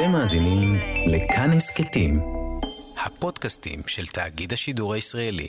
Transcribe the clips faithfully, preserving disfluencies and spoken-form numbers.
אתם מאזינים לכאן הסכתים, הפודקאסטים של תאגיד השידור הישראלי.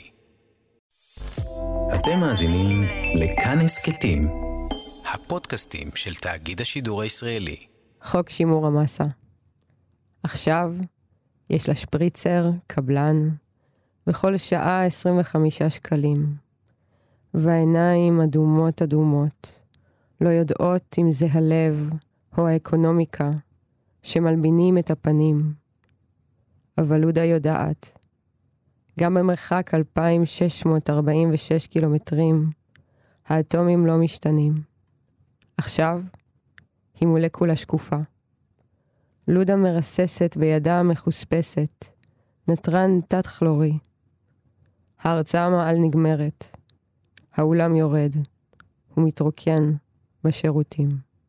אתם מאזינים לכאן הסכתים, הפודקאסטים של תאגיד השידור הישראלי. חוק שימור המסה. עכשיו יש לה שפריצר, קבלן, בכל שעה עשרים וחמישה שקלים. והעיניים אדומות אדומות, לא יודעות אם זה הלב או האקונומיקה שמלבינים את הפנים. אבל לודה יודעת. גם במרחק אלפיים שש מאות ארבעים ושש קילומטרים, האטומים לא משתנים. עכשיו היא מולקולה שקופה. לודה מרססת בידה המחוספסת, נטרן תת-כלורי. ההרצאה מעל נגמרת. האולם יורד. הוא מתרוקן בשירותים.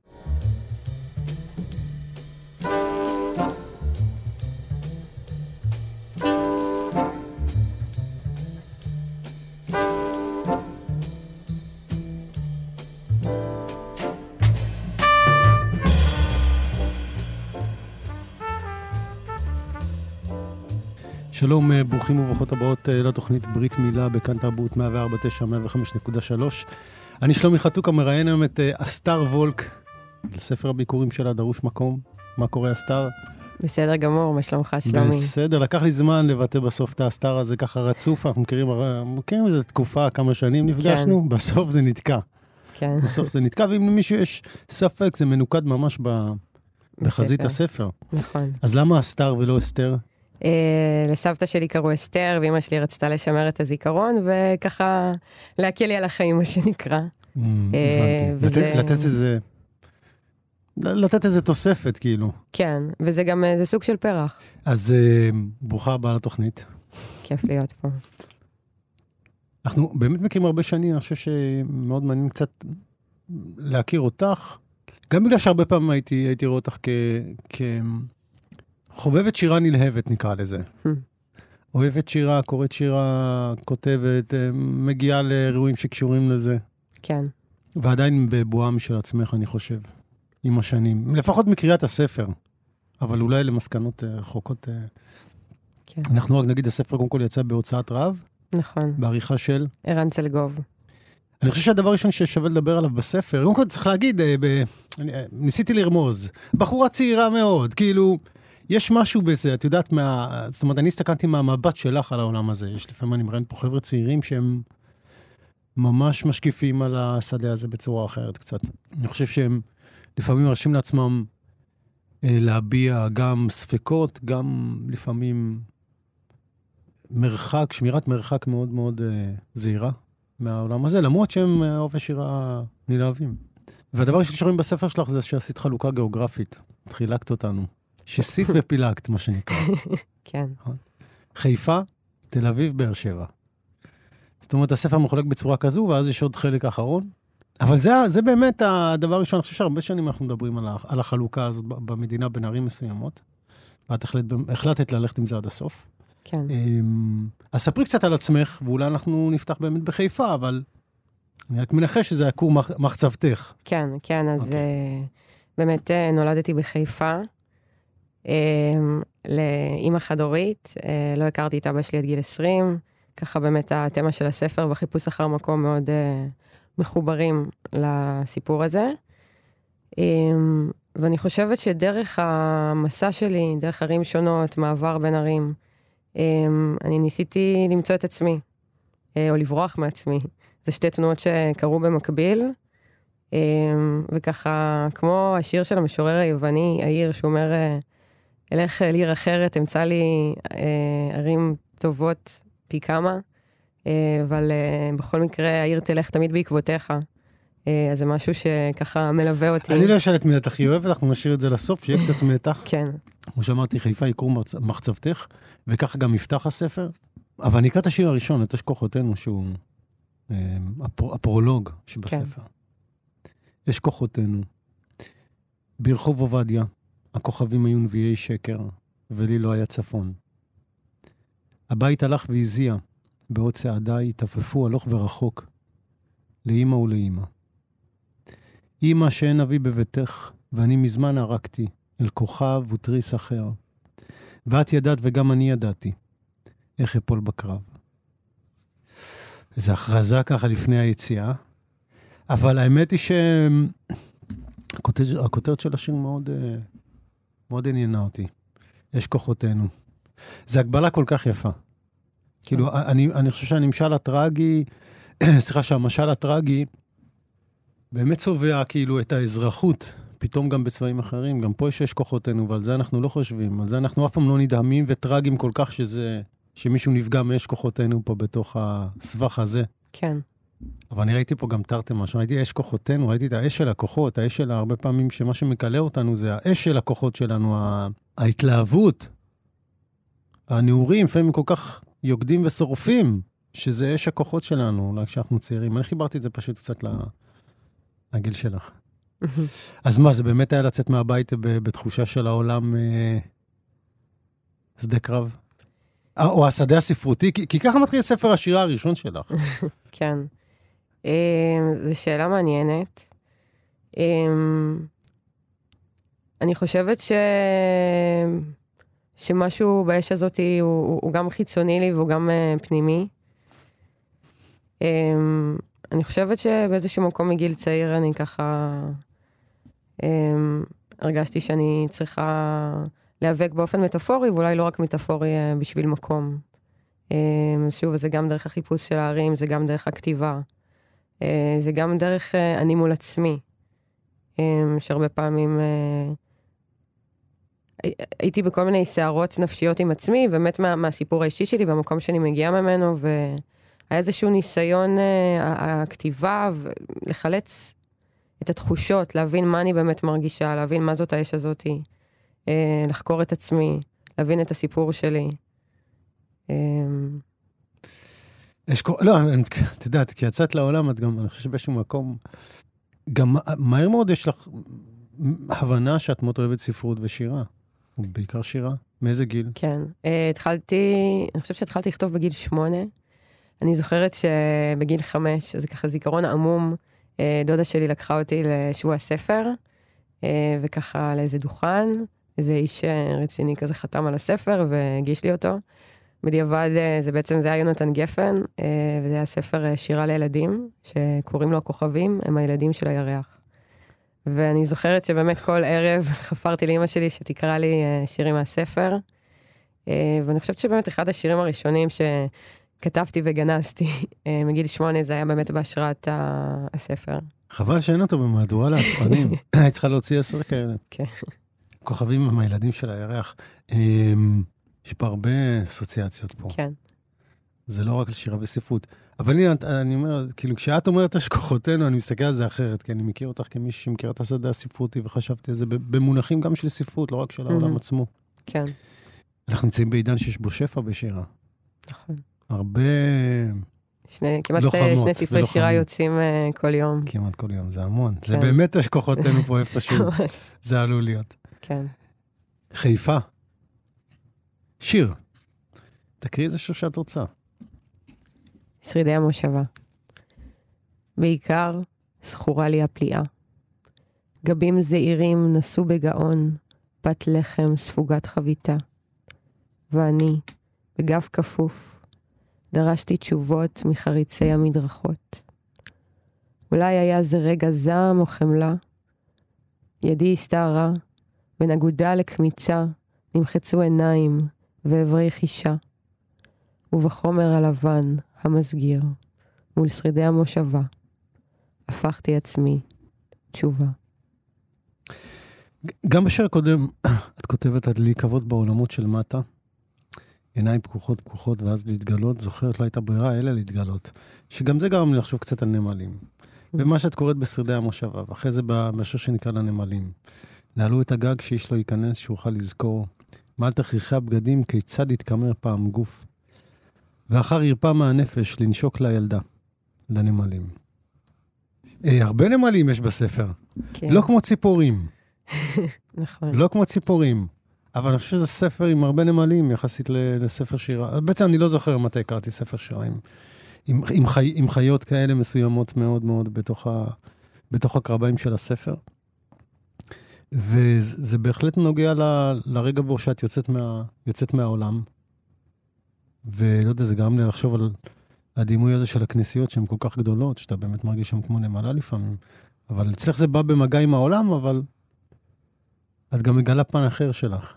שלום, ברוכים וברוכות הבאות לתוכנית ברית מילה בכאן תרבות מאה וארבע נקודה תשע, מאה וחמש נקודה שלוש. אני שלומי חתוק, מראיין היום את אסתר וולק, לספר הביקורים שלה דרוש מקום. מה קורה אסתר? בסדר גמור, מה שלומך שלומי? בסדר, לקח לי זמן לבטא בסוף את האסתר הזה ככה רצוף, אנחנו מכירים, מכירים איזו תקופה, כמה שנים נפגשנו, כן. בסוף זה נתקע. כן. בסוף זה נתקע, ואם למישהו יש ספק, זה מנוקד ממש ב... בחזית הספר. נכון. אז למה אסתר ולא אסתר? Uh, לסבתא שלי קראו אסתר, ואמא שלי רצתה לשמר את הזיכרון, וככה להקל לי על החיים, מה שנקרא. Mm, uh, הבנתי. וזה... לתת, לתת איזה... לתת איזה תוספת, כאילו. כן, וזה גם, זה סוג של פרח. אז uh, ברוכה הבאה לתוכנית. כיף להיות פה. אנחנו באמת מכירים הרבה שנים, אני חושב שמאוד מעניין קצת להכיר אותך, גם בגלל שהרבה פעמים הייתי, הייתי רואה אותך כ... כ... חובבת שירה נלהבת, נקרא לזה. אוהבת שירה, קוראת שירה, כותבת, מגיעה לאירועים שקשורים לזה. כן. ועדיין בבועה משל עצמך, אני חושב, עם השנים. לפחות מקריאת הספר, אבל אולי למסקנות רחוקות. כן. אנחנו רק נגיד, הספר קודם כל יצא בהוצאת רב. נכון. בעריכה של? ערן צלגוב. אני חושב שהדבר הראשון ששווה לדבר עליו בספר, קודם כל צריך להגיד, ניסיתי לרמוז, בחורה צעירה מאוד, כאילו... יש משהו בזה, את יודעת, מה, זאת אומרת, אני הסתכלתי מהמבט שלך על העולם הזה. יש לפעמים, אני מראיין פה חבר'ה צעירים שהם ממש משקיפים על השדה הזה בצורה אחרת קצת. אני חושב שהם לפעמים מרשים לעצמם אה, להביע גם ספקות, גם לפעמים מרחק, שמירת מרחק מאוד מאוד אה, זהירה מהעולם הזה, למרות שהם אוהבי שירה נלהבים. והדבר ששרואים בספר שלך זה שעשית חלוקה גיאוגרפית. חילקת אותנו. שיסית ופילקת, מה שנקרא. כן. חיפה, תל אביב, באר שבע. זאת אומרת, הספר מחולק בצורה כזו, ואז יש עוד חלק אחרון. אבל זה, זה באמת הדבר הראשון. אני חושב שהרבה שנים אנחנו מדברים על, על החלוקה הזאת במדינה בין ערים מסוימות. ואת החלט, החלטת ללכת עם זה עד הסוף. כן. אז ספרי קצת על עצמך, ואולי אנחנו נפתח באמת בחיפה, אבל אני רק מנחש שזה הכור מחצבתך. כן, כן, אז okay. באמת נולדתי בחיפה. לאמא חד-הורית, לא הכרתי את אבא שלי עד גיל עשרים, ככה באמת התמה של הספר וחיפוש אחר מקום מאוד מחוברים לסיפור הזה. ואני חושבת שדרך המסע שלי, דרך ערים שונות, מעבר בין ערים, אני ניסיתי למצוא את עצמי, או לברוח מעצמי. זה שתי תנועות שקרו במקביל, וככה, כמו השיר של המשורר היווני, העיר, שאומר, אלך לעיר אחרת, אמצא לי אה, ערים טובות פי כמה, אה, אבל אה, בכל מקרה העיר תלך תמיד בעקבותיך. אה, אז זה משהו שככה מלווה אותי. אני לא אשאל את מי את הכי אוהבת, אנחנו נשאיר את זה לסוף, שיהיה קצת מתח. כן. כמו שאמרתי, חיפה יקרו מחצבתך, וככה גם יפתח הספר. אבל אני אקרא את השיר הראשון, את יש כוחותינו, שהוא אה, הפר, הפרולוג שבספר. כן. יש כוחותינו. ברחוב עובדיה. הכוכבים היו נביאי שקר, ולי לא היה צפון. הבית הלך והזיע, בעוד צעדיי התעפפו הלוך ורחוק, לאמא ולאמא. אמא שאין אבי בביתך, ואני מזמן ערקתי, אל כוכב ותריס אחר. ואת ידעת וגם אני ידעתי, איך אפול בקרב. זו הכרזה ככה לפני היציאה, אבל האמת היא שהכותרת של השיר מאוד, מאוד עניינה אותי. יש כוחותינו. זו הגבלה כל כך יפה. כאילו, אני, אני חושב שהנמשל הטרגי, סליחה, שהמשל הטרגי, באמת צובע כאילו את האזרחות, פתאום גם בצבעים אחרים, גם פה יש כוחותינו, ועל זה אנחנו לא חושבים, על זה אנחנו אף פעם לא נדהמים וטרגים כל כך שזה, שמישהו נפגע מאש כוחותינו פה בתוך הסבך הזה. כן. אבל אני ראיתי פה גם תרתי משהו, ראיתי אש כוחותינו, ראיתי את האש של הכוחות, האש של הרבה פעמים שמה שמקלה אותנו זה האש של הכוחות שלנו, ההתלהבות, הנעורים, לפעמים כל כך יוקדים ושורפים, שזה אש הכוחות שלנו, אולי כשאנחנו צעירים. אני חיברתי את זה פשוט קצת לגיל שלך. אז מה, זה באמת היה לצאת מהבית בתחושה של העולם שדה קרב? או השדה הספרותי? כי ככה מתחיל ספר השירה הראשון שלך. כן. זו שאלה מעניינת. אני חושבת ש... שמשהו באש הזאת הוא, הוא גם חיצוני לי והוא גם פנימי. אני חושבת שבאיזשהו מקום מגיל צעיר אני ככה הרגשתי שאני צריכה להיאבק באופן מטאפורי, ואולי לא רק מטאפורי בשביל מקום. אז שוב, זה גם דרך החיפוש של הערים, זה גם דרך הכתיבה. זה גם דרך אני מול עצמי, שהרבה פעמים הייתי בכל מיני שערות נפשיות עם עצמי, באמת מה, מהסיפור האישי שלי והמקום שאני מגיעה ממנו, והיה איזשהו ניסיון הכתיבה, לחלץ את התחושות, להבין מה אני באמת מרגישה, להבין מה זאת האש הזאת, לחקור את עצמי, להבין את הסיפור שלי. לא, את יודעת, כי יצאת לעולם, את גם, אני חושב שבאיזשהו מקום, גם מהר מאוד יש לך הבנה שאת מאוד אוהבת ספרות ושירה, ובעיקר שירה. מאיזה גיל? כן, התחלתי, אני חושבת שהתחלתי לכתוב בגיל שמונה. אני זוכרת שבגיל חמש, זה ככה זיכרון עמום, דודה שלי לקחה אותי לשבוע הספר, וככה לאיזה דוכן, איזה איש רציני כזה חתם על הספר והגיש לי אותו. בדיעבד זה בעצם, זה היה יונתן גפן, וזה היה ספר שירה לילדים, שקוראים לו הכוכבים, הם הילדים של הירח. ואני זוכרת שבאמת כל ערב חפרתי לאמא שלי שתקרא לי שירים מהספר, ואני חושבת שבאמת אחד השירים הראשונים שכתבתי וגנסתי מגיל שמונה, זה היה באמת בהשראת הספר. חבל שאין אותו במהדורה לאספנים. היית צריכה להוציא עשר כאלה. כן. כוכבים הם הילדים של הירח. יש פה הרבה אסוציאציות פה. כן. זה לא רק לשירה וספרות. אבל אני, אני אומר, כאילו, כשאת אומרת יש כוחותינו, אני מסתכל על זה אחרת, כי אני מכיר אותך כמישהו שמכיר את השדה הספרותי, וחשבתי על זה במונחים גם של ספרות, לא רק של העולם עצמו. כן. אנחנו נמצאים בעידן שיש בו שפע בשירה. נכון. הרבה שני, כמעט שני ספרי שירה יוצאים כל יום. כמעט כל יום, זה המון. זה באמת יש כוחותינו פה איפשהו. זה עלול להיות. כן. חיפה. שיר. תקריא איזה שיר שאת רוצה. שרידי המושבה. בעיקר זכורה לי הפליאה. גבים זעירים נסו בגאון, פת לחם ספוגת חביתה. ואני, בגב כפוף, דרשתי תשובות מחריצי המדרכות. אולי היה זה רגע זעם או חמלה. ידי הסתערה, בין אגודה לקמיצה, נמחצו עיניים ועברי חישה. ובחומר הלבן, המסגיר, מול שרידי המושבה, הפכתי עצמי תשובה. גם בשיר הקודם, את כותבת עד להיקוות בעולמות של מטה, עיניים פקוחות פקוחות ואז להתגלות, זוכרת לא הייתה ברירה אלא להתגלות, שגם זה גרם לי לחשוב קצת על נמלים. ומה שאת קוראת בשרידי המושבה, ואחרי זה בשיר שנקרא לנמלים. נעלו את הגג שאיש לא ייכנס, שאוכל לזכור, מעל תכריכי הבגדים כיצד יתקמר פעם גוף. ואחר ירפה מהנפש לנשוק לילדה, לנמלים. אה, הרבה נמלים יש בספר. כן. לא כמו ציפורים. נכון. לא כמו ציפורים. אבל אני חושב שזה ספר עם הרבה נמלים יחסית לספר שירה. בעצם אני לא זוכר מתי קראתי ספר שירה עם, עם, עם, חי, עם חיות כאלה מסוימות מאוד מאוד בתוך, ה, בתוך הקרביים של הספר. וזה בהחלט נוגע ל, לרגע בו שאת יוצאת, מה, יוצאת מהעולם. ולא יודע, זה גם לי לחשוב על הדימוי הזה של הכנסיות שהן כל כך גדולות, שאתה באמת מרגיש שם כמו נמלה לפעמים. אבל אצלך זה בא במגע עם העולם, אבל את גם מגלה פן אחר שלך.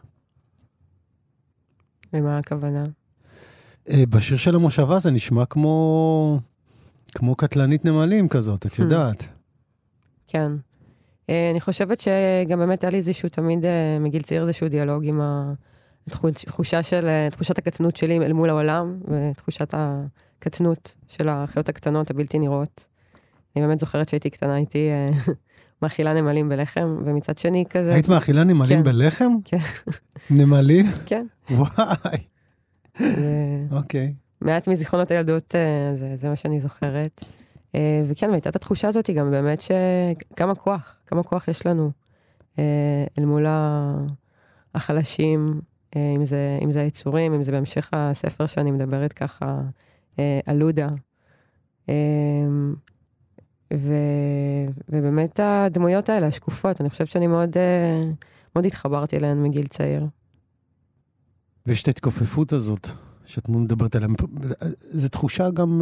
ומה הכוונה? בשיר של המושבה זה נשמע כמו, כמו קטלנית נמלים כזאת, את יודעת. כן. אני חושבת שגם באמת היה לי איזשהו תמיד מגיל צעיר איזשהו דיאלוג עם התחושה של, תחושת הקטנות שלי אל מול העולם, ותחושת הקטנות של החיות הקטנות הבלתי נראות. אני באמת זוכרת שהייתי קטנה, הייתי מאכילה נמלים בלחם, ומצד שני כזה... היית מאכילה נמלים בלחם? כן. נמלים? כן. וואי. אוקיי. מעט מזיכרונות הילדות, זה מה שאני זוכרת. וכן, והייתה את התחושה הזאת גם באמת שכמה כוח, כמה כוח יש לנו אל מול החלשים, אם זה, אם זה היצורים, אם זה בהמשך הספר שאני מדברת ככה, על לודה. ו, ובאמת הדמויות האלה, השקופות, אני חושבת שאני מאוד, מאוד התחברתי אליהן מגיל צעיר. ויש את ההתכופפות הזאת, שאת מדברת עליהן. זו תחושה גם...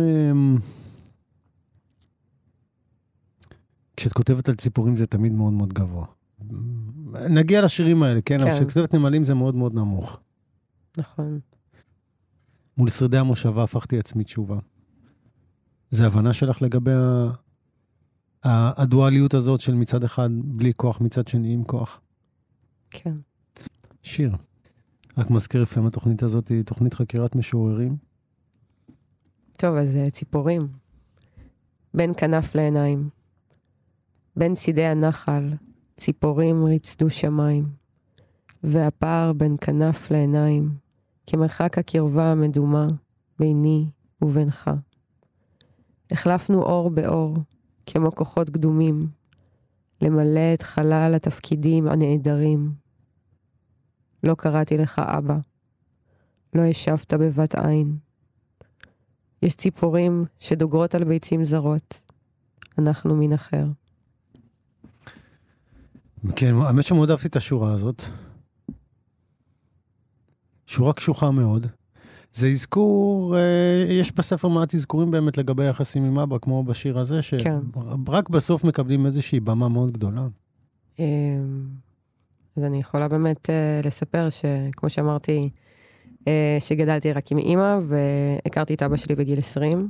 כשאת כותבת על ציפורים זה תמיד מאוד מאוד גבוה. נגיע לשירים האלה, כן? כן. אבל כשאת כותבת נמלים זה מאוד מאוד נמוך. נכון. מול שרידי המושבה הפכתי עצמי תשובה. זה הבנה שלך לגבי הדואליות הזאת של מצד אחד בלי כוח, מצד שני עם כוח. כן. שיר. רק מזכיר לפעמים התוכנית הזאת היא תוכנית חקירת משוררים. טוב, אז ציפורים. בין כנף לעיניים. בין צידי הנחל, ציפורים רצדו שמיים, והפער בין כנף לעיניים, כמרחק הקרבה המדומה, ביני ובינך. החלפנו אור באור, כמו כוחות קדומים, למלא את חלל התפקידים הנעדרים. לא קראתי לך אבא, לא ישבת בבת עין. יש ציפורים שדוגרות על ביצים זרות, אנחנו מן אחר. כן, האמת שמאוד אהבתי את השורה הזאת. שורה קשוחה מאוד. זה אזכור, יש בספר מעט אזכורים באמת לגבי היחסים עם אבא, כמו בשיר הזה, שרק בסוף מקבלים איזושהי במה מאוד גדולה. אז אני יכולה באמת לספר שכמו שאמרתי, שגדלתי רק עם אמא, והכרתי את אבא שלי בגיל עשרים.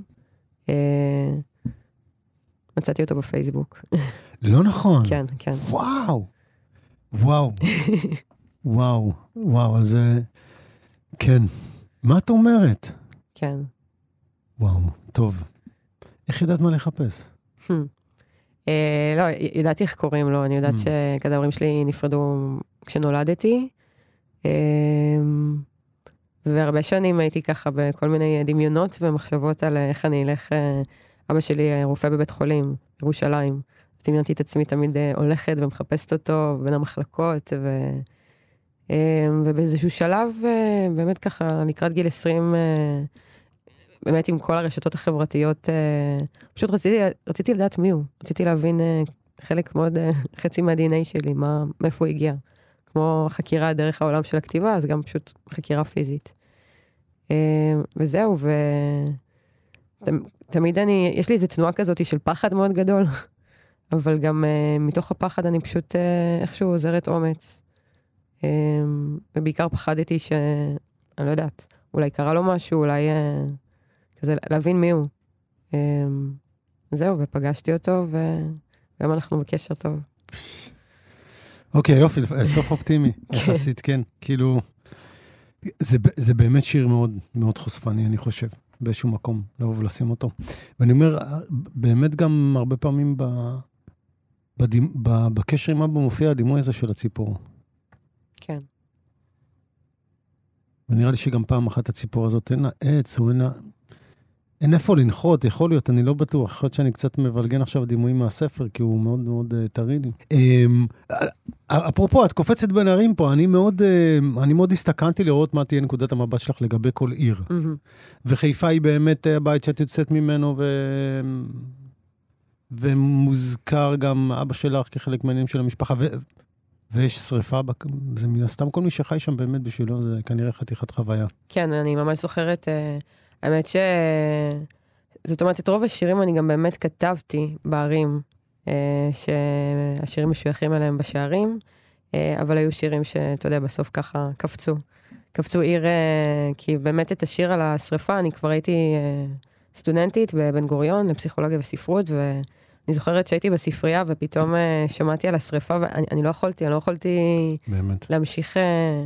מצאתי אותו בפייסבוק. לא נכון. כן, כן. וואו. וואו. וואו. וואו, על זה... כן. מה את אומרת? כן. וואו, טוב. איך ידעת מה לחפש? לא, ידעתי איך קוראים לו. אני יודעת שכזה ההורים שלי נפרדו כשנולדתי. והרבה שנים הייתי ככה בכל מיני דמיונות ומחשבות על איך אני אלך... אבא שלי רופא בבית חולים, ירושלים. אז דמיינתי את עצמי תמיד הולכת ומחפשת אותו בין המחלקות, ו... ובאיזשהו שלב, באמת ככה, לקראת גיל עשרים, באמת עם כל הרשתות החברתיות, פשוט רציתי, רציתי לדעת מי הוא. רציתי להבין חלק מאוד, חצי מה-די אן איי שלי, מה, מאיפה הוא הגיע. כמו חקירה דרך העולם של הכתיבה, אז גם פשוט חקירה פיזית. וזהו, ו... תמיד אני, יש לי איזו תנועה כזאת של פחד מאוד גדול, אבל גם uh, מתוך הפחד אני פשוט uh, איכשהו עוזרת אומץ. Um, ובעיקר פחדתי ש... אני לא יודעת, אולי קרה לו משהו, אולי uh, כזה להבין מי הוא. Um, זהו, ופגשתי אותו, והיום אנחנו בקשר טוב. אוקיי, יופי, סוף אופטימי, יחסית, כן. כאילו, זה, זה באמת שיר מאוד, מאוד חושפני, אני חושב. באיזשהו מקום, לבוא ולשים אותו. ואני אומר, באמת גם הרבה פעמים ב, בדימ, ב, בקשר עם אבא מופיע הדימוי הזה של הציפור. כן. ונראה לי שגם פעם אחת הציפור הזאת, אין לה עץ, או אין לה... אין איפה לנחות, יכול להיות, אני לא בטוח. יכול להיות שאני קצת מבלגן עכשיו דימויים מהספר, כי הוא מאוד מאוד uh, טרי לי. Um, אפרופו, את קופצת בין הערים פה, אני מאוד, uh, אני מאוד הסתכנתי לראות מה תהיה נקודת המבט שלך לגבי כל עיר. Mm-hmm. וחיפה היא באמת הבית שאת יוצאת ממנו, ו... ומוזכר גם אבא שלך כחלק מהעניינים של המשפחה. ו... ויש שריפה, זה מן הסתם כל מי שחי שם באמת בשבילו, זה כנראה חתיכת חוויה. כן, אני ממש זוכרת, האמת ש... זאת אומרת, את רוב השירים אני גם באמת כתבתי בערים, שהשירים משויכים אליהם בשערים, אבל היו שירים שאתה יודע, בסוף ככה קפצו. קפצו עיר, כי באמת את השיר על השריפה, אני כבר הייתי סטודנטית בבן גוריון, לפסיכולוגיה וספרות, ואני זוכרת שהייתי בספרייה, ופתאום שמעתי על השריפה, ואני לא יכולתי, אני לא יכולתי באמת. להמשיך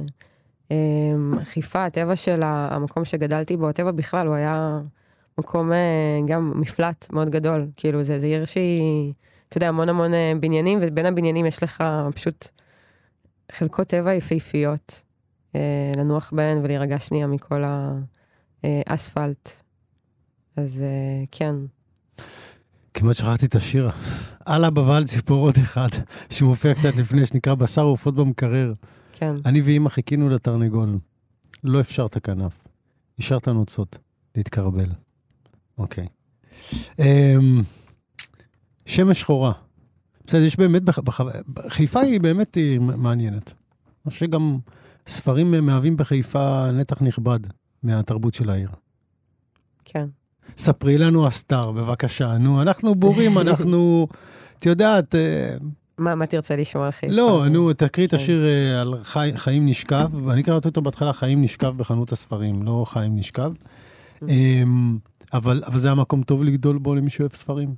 חיפה, הטבע של המקום שגדלתי בו, הטבע בכלל, הוא היה מקום גם מפלט מאוד גדול, כאילו זה, זה עיר שהיא, אתה יודע, המון המון בניינים, ובין הבניינים יש לך פשוט חלקות טבע יפהפיות, לנוח בהן ולהירגע שנייה מכל האספלט. אז כן. כמעט שכחתי את השיר. על בבל ציפורות אחד, שמופיע קצת לפני, שנקרא בשר ועופות במקרר. כן. אני ואמא חיכינו לתרנגול. לא אפשרת כנף. השארת נוצות. להתקרבל. אוקיי. שמש שחורה. בסדר, יש באמת, חיפה היא באמת מעניינת. אני חושב שגם ספרים מהווים בחיפה נתח נכבד מהתרבות של העיר. כן. ספרי לנו הסטאר, בבקשה. נו, אנחנו בורים, אנחנו, את יודעת... מה, מה תרצה לשמוע על חיפה? לא, נו, תקריא את השיר על חיים נשכב, ואני קראתי אותו בהתחלה, חיים נשכב בחנות הספרים, לא חיים נשכב. אבל זה המקום טוב לגדול בו למי שאוהב ספרים.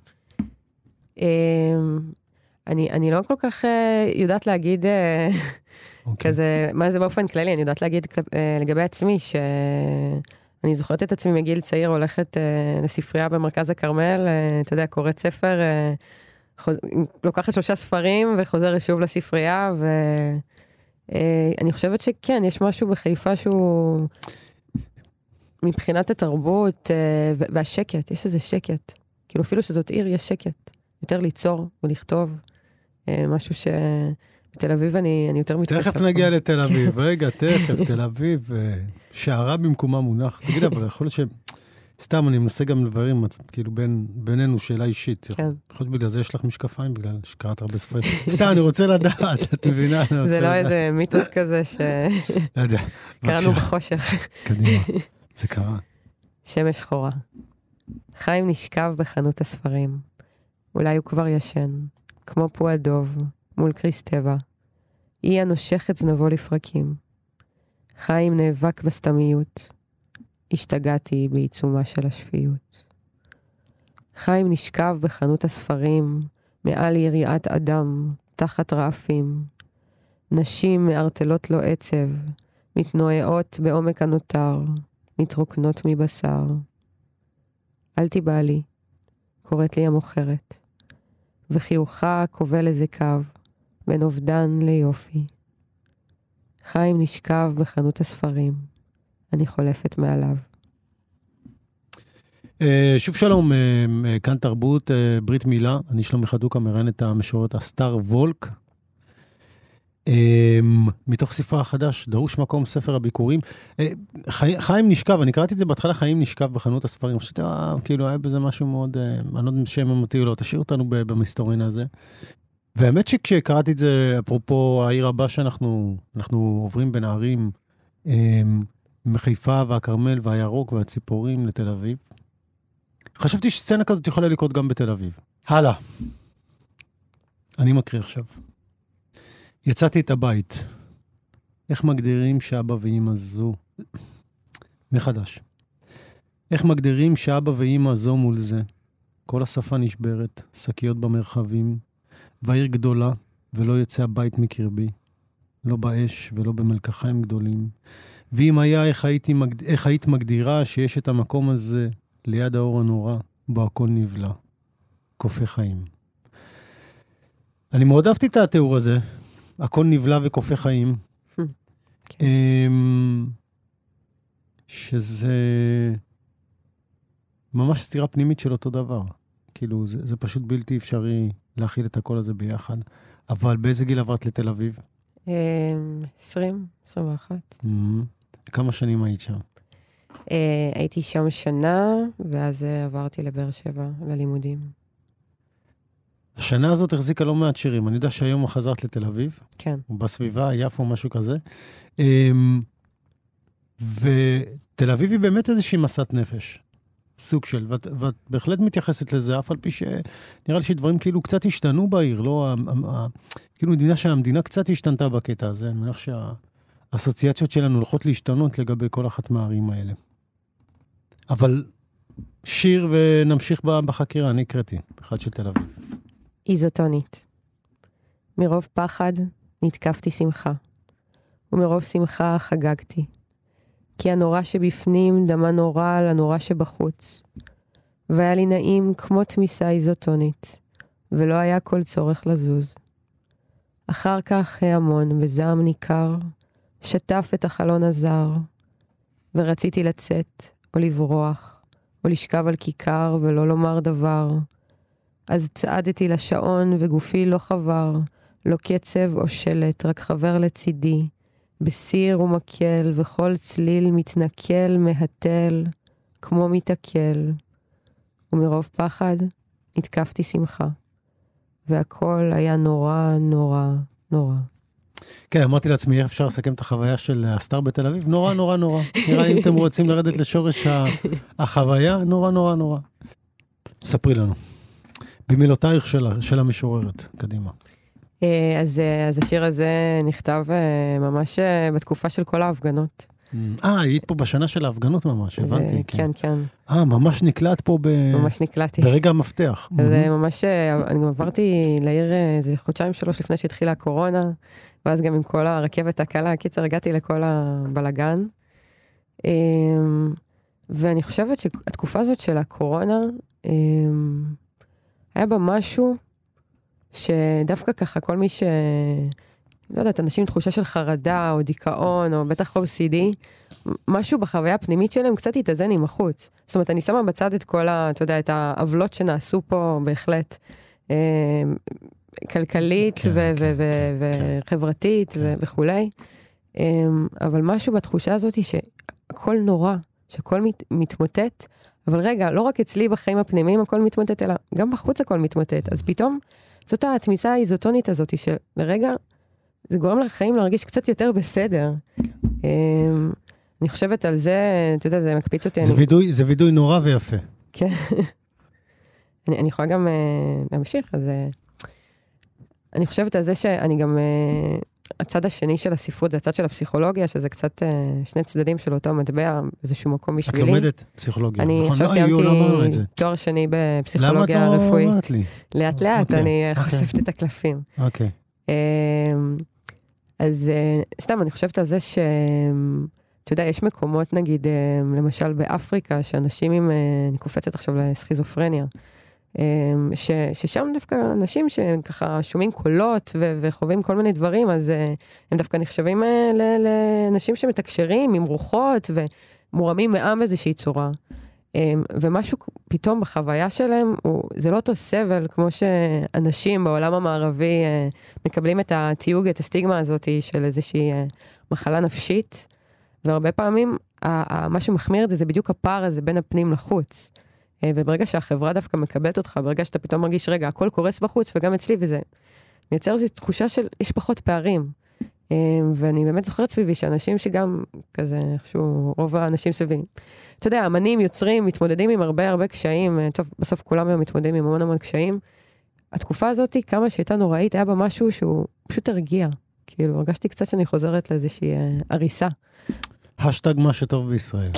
אני לא כל כך יודעת להגיד... כזה, מה זה באופן כללי? אני יודעת להגיד לגבי עצמי, שאני זוכרת את עצמי מגיל צעיר, הולכת לספרייה במרכז הכרמל, אתה יודע, קוראת ספר, לוקחת שלושה ספרים וחוזר שוב לספרייה, ואני חושבת שכן, יש משהו בחיפה שהוא, מבחינת התרבות והשקט, יש איזה שקט. כאילו אפילו שזאת עיר, יש שקט. יותר ליצור ולכתוב, משהו ש... בתל אביב אני, אני יותר מתקשה. תכף נגיע לתל אביב, רגע, תכף, תל אביב, שערה במקומה מונח. תגיד, אבל יכול להיות ש... סתם, אני מנסה גם לבררים, כאילו, בין, בינינו שאלה אישית. כן. יכול להיות בגלל זה יש לך משקפיים, בגלל שקראת הרבה ספרים. סתם, אני רוצה לדעת, את מבינה? זה לא איזה מיתוס כזה ש... לא יודע. קראנו בחושך. קדימה, זה קרה. שמש שחורה. חיים נשכב בחנות הספרים. אולי הוא כבר ישן, כמו פוע דוב. מול קריס טבע. היא הנושכת זנבו לפרקים. חיים נאבק בסתמיות. השתגעתי בעיצומה של השפיות. חיים נשכב בחנות הספרים, מעל יריעת אדם, תחת רעפים. נשים מארטלות לו עצב, מתנועעות בעומק הנותר, מתרוקנות מבשר. אל תיבא לי, קוראת לי המוכרת, וחיוכה קובל איזה קו, בין אובדן ליופי. חיים נשכב בחנות הספרים. אני חולפת מעליו. שוב שלום, כאן תרבות, ברית מילה. אני שלומי חדוקה, מראיין את המשוררת אסתר וולק. מתוך ספרה החדש, דרוש מקום, ספר הביקורים. חיים נשכב, אני קראתי את זה בהתחלה, חיים נשכב בחנות הספרים. אני חושבת, כאילו, היה בזה משהו מאוד, אני לא יודע שם אמתי, לא, תשאיר אותנו במסתורין הזה. והאמת שכשקראתי את זה, אפרופו העיר הבא שאנחנו אנחנו עוברים בין הערים, מחיפה והכרמל והירוק והציפורים לתל אביב, חשבתי שסצנה כזאת יכולה לקרות גם בתל אביב. הלאה. אני מקריא עכשיו. יצאתי את הבית. איך מגדירים שאבא ואמא זו? מחדש. איך מגדירים שאבא ואמא זו מול זה? כל השפה נשברת, שקיות במרחבים, והעיר גדולה, ולא יצא הבית מקרבי, לא באש ולא במלקחיים גדולים. ואם היה, איך, הייתי מגד... איך היית מגדירה שיש את המקום הזה ליד האור הנורא, בו הכל נבלע. קופי חיים. אני מאוד אהבתי את התיאור הזה, הכל נבלע וקופי חיים. שזה ממש סתירה פנימית של אותו דבר. כאילו, זה, זה פשוט בלתי אפשרי להכיל את הכל הזה ביחד. אבל באיזה גיל עברת לתל אביב? עשרים, עשרים ואחת. כמה שנים היית שם? הייתי שם שנה, ואז עברתי לבאר שבע, ללימודים. השנה הזאת החזיקה לא מעט שירים. אני יודע שהיום חזרת לתל אביב. כן. בסביבה, יפו, משהו כזה. ותל אביב היא באמת איזושהי מסת נפש. סוג של, ואת, ואת בהחלט מתייחסת לזה, אף על פי שנראה לי שדברים כאילו קצת השתנו בעיר, לא? כאילו מדינה שהמדינה קצת השתנתה בקטע הזה. אני מניח שהאסוציאציות שלנו הולכות להשתנות לגבי כל אחת מהערים האלה. אבל שיר ונמשיך בחקירה, אני הקראתי, אחד של תל אביב. איזוטונית. מרוב פחד נתקפתי שמחה, ומרוב שמחה חגגתי. כי הנורא שבפנים דמה נורא על הנורא שבחוץ. והיה לי נעים כמו תמיסה איזוטונית, ולא היה כל צורך לזוז. אחר כך העמון בזעם ניכר, שטף את החלון הזר, ורציתי לצאת, או לברוח, או לשכב על כיכר ולא לומר דבר. אז צעדתי לשעון וגופי לא חבר, לא קצב או שלט, רק חבר לצידי, בסיר ומקל וכל צליל מתנקל מהתל, כמו מתעכל. ומרוב פחד נתקפתי שמחה, והכל היה נורא נורא נורא. כן, אמרתי לעצמי, איך אפשר לסכם את החוויה של הסטאר בתל אביב? נורא נורא נורא. נראה אם אתם רוצים לרדת לשורש החוויה, נורא נורא נורא. ספרי לנו. במילותייך של, של המשוררת, קדימה. אז, אז השיר הזה נכתב ממש בתקופה של כל ההפגנות. אה, היית פה בשנה של ההפגנות ממש, הבנתי. כן, כן. אה, ממש נקלט פה ב... ממש נקלטתי. ברגע המפתח. אז ממש, אני גם עברתי לעיר איזה חודשיים שלוש לפני שהתחילה הקורונה, ואז גם עם כל הרכבת הקלה, קיצר, הגעתי לכל הבלגן. ואני חושבת שהתקופה הזאת של הקורונה, היה בה משהו שדווקא ככה כל מי ש... לא יודעת, אנשים עם תחושה של חרדה או דיכאון או בטח או סי די, משהו בחוויה הפנימית שלהם קצת התאזן עם החוץ. זאת אומרת, אני שמה בצד את כל ה... אתה יודע, את העוולות שנעשו פה בהחלט, אה, כלכלית כן, ו- כן, ו- ו- כן, וחברתית כן. ו- וכולי. אה, אבל משהו בתחושה הזאת היא שהכל נורא, שהכל מת- מתמוטט, אבל רגע, לא רק אצלי בחיים הפנימיים הכל מתמוטט, אלא גם בחוץ הכל מתמוטט. אז פתאום, זאת התמיסה האיזוטונית הזאת, שלרגע, זה גורם לחיים להרגיש קצת יותר בסדר. אני חושבת על זה, אתה יודע, זה מקפיץ אותי. זה וידוי נורא ויפה. כן. אני יכולה גם להמשיך, אז אני חושבת על זה שאני גם, הצד השני של הספרות, זה הצד של הפסיכולוגיה, שזה קצת שני צדדים של אותו מטבע, איזשהו מקום בשבילי. את לומדת פסיכולוגיה. אני עכשיו סיימתי תואר שני בפסיכולוגיה רפואית. למה את לא אומרת לי? לאט לאט, אני חושפת את הקלפים. אוקיי. אז סתם, אני חושבת על זה ש... אתה יודע, יש מקומות, נגיד, למשל באפריקה, שאנשים עם... אני קופצת עכשיו לסכיזופרניה, ש, ששם דווקא אנשים שככה שומעים קולות ו, וחווים כל מיני דברים, אז הם דווקא נחשבים לאנשים שמתקשרים עם רוחות ומורמים מעם באיזושהי צורה. ומשהו פתאום בחוויה שלהם, הוא, זה לא אותו סבל כמו שאנשים בעולם המערבי מקבלים את התיוג, את הסטיגמה הזאת של איזושהי מחלה נפשית, והרבה פעמים מה שמחמיר את זה, זה בדיוק הפער הזה בין הפנים לחוץ. וברגע שהחברה דווקא מקבלת אותך, ברגע שאתה פתאום מרגיש, רגע, הכל קורס בחוץ, וגם אצלי, וזה מייצר איזו תחושה של, יש פחות פערים. ואני באמת זוכרת סביבי, שאנשים שגם, כזה, איכשהו, רוב האנשים סביבי, אתה יודע, אמנים, יוצרים, מתמודדים עם הרבה הרבה קשיים, טוב, בסוף כולם היום מתמודדים עם המון המון קשיים. התקופה הזאת, כמה שהייתה נוראית, היה בה משהו שהוא פשוט הרגיע. כאילו, הרגשתי קצת שאני חוזרת לאיזושהי עריסה. השטג מה שטוב בישראל.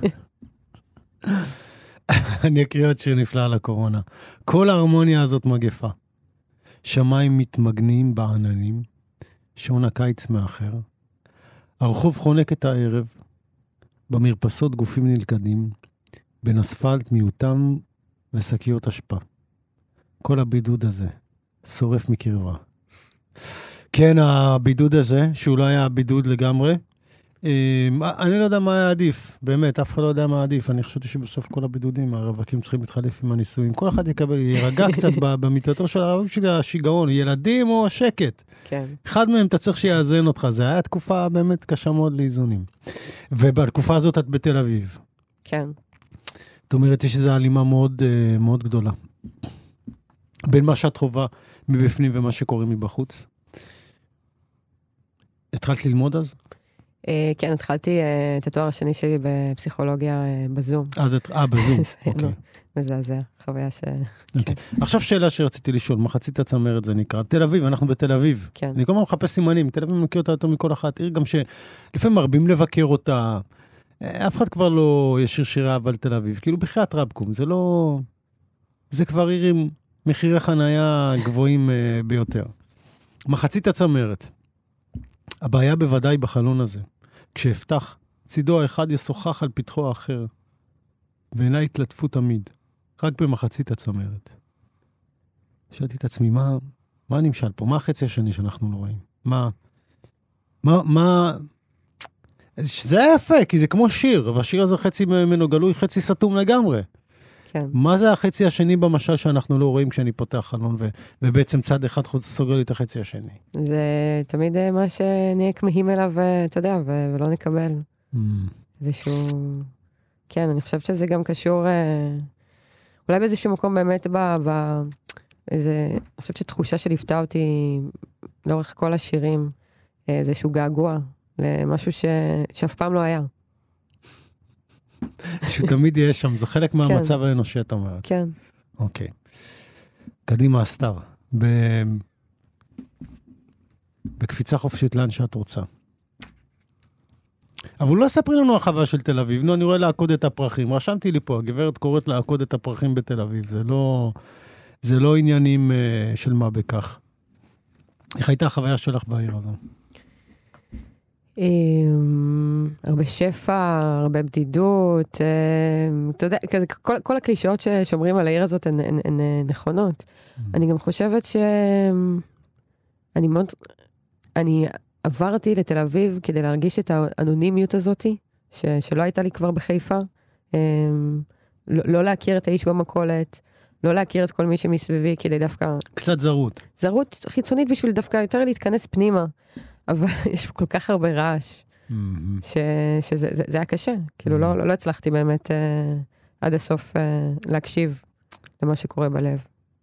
אני אקריא עוד שיר נפלא על הקורונה. כל ההרמוניה הזאת מגפה. שמיים מתמגנים בעננים, שעון הקיץ מאחר. הרחוב חונק את הערב, במרפסות גופים נלכדים, בין אספלט מיותם ושקיות אשפה. כל הבידוד הזה שורף מקרבה. כן, הבידוד הזה, שאולי היה בידוד לגמרי, אני לא יודע מה היה עדיף, באמת, אף אחד לא יודע מה עדיף. אני חושבתי שבסוף כל הבידודים, הרווקים צריכים להתחלף עם הניסויים. כל אחד יקבל, ירגע קצת במיטתו של הרווקים שלי, השיגעון, ילדים או השקט. כן. אחד מהם אתה צריך שיאזן אותך. זה היה תקופה באמת קשה מאוד לאיזונים. ובתקופה הזאת את בתל בין מה שאת חובה מבפנים ומה שקורה מבחוץ. התחלת ללמוד אז? כן, התחלתי את התואר השני שלי בפסיכולוגיה בזום. אז את, אה, בזום, אוקיי. מזעזע, חוויה ש... עכשיו שאלה שרציתי לשאול, מחצית הצמרת זה נקרא. תל אביב, אנחנו בתל אביב. כן. אני כל הזמן מחפש סימנים, תל אביב מכיר אותה יותר מכל אחת. עיר גם שלפעמים מרבים לבקר אותה, אף אחד כבר לא ישיר שירה אבל תל אביב. כאילו בחיית רבקום, זה לא... זה כבר עיר עם מחירי חנייה גבוהים ביותר. מחצית הצמרת. הבעיה בוודאי בחלון הזה. כשהפתח, צידו האחד ישוחח על פתחו האחר, ואינה התלטפו תמיד, רק במחצית הצמרת. שאלתי את עצמי, מה, מה נמשל פה? מה החצי השני שאנחנו לא רואים? מה, מה, מה... זה היה יפה, כי זה כמו שיר, והשיר הזה חצי ממנו גלוי, חצי סתום לגמרי. כן. מה זה החצי השני במשל שאנחנו לא רואים כשאני פותח חלון, ו- ובעצם צד אחד סוגר לי את החצי השני? זה תמיד מה שנהיה כמהים אליו, אתה יודע, ו- ולא נקבל. Mm. איזשהו... כן, אני חושבת שזה גם קשור, אולי באיזשהו מקום באמת ב... ב... איזה... אני חושבת שתחושה שליפתה אותי לאורך כל השירים, איזשהו געגוע למשהו ש... שאף פעם לא היה. שהוא תמיד יהיה שם, זה חלק מהמצב האנושי, אתה אומרת. כן. אוקיי. קדימה, אסתר. ב... בקפיצה חופשית לאן שאת רוצה. אבל לא ספרי לנו החוויה של תל אביב. נו, אני רואה לעקוד את הפרחים. רשמתי לי פה, הגברת קוראת לעקוד את הפרחים בתל אביב. זה לא, זה לא עניינים uh, של מה בכך. איך הייתה החוויה שלך בעיר הזו? הרבה שפע, הרבה בדידות, אתה יודע, כל, כל הקלישאות שאומרים על העיר הזאת הן, הן, הן נכונות. אני גם חושבת ש... אני מאוד... אני עברתי לתל אביב כדי להרגיש את האנונימיות הזאת, ש, שלא הייתה לי כבר בחיפה. לא, לא להכיר את האיש במקולת, לא להכיר את כל מי שמסביבי, כדי דווקא... קצת זרות. זרות חיצונית בשביל דווקא יותר להתכנס פנימה. אבל יש פה כל כך הרבה רעש, שזה היה קשה. כאילו לא, לא הצלחתי באמת עד הסוף להקשיב למה שקורה בלב.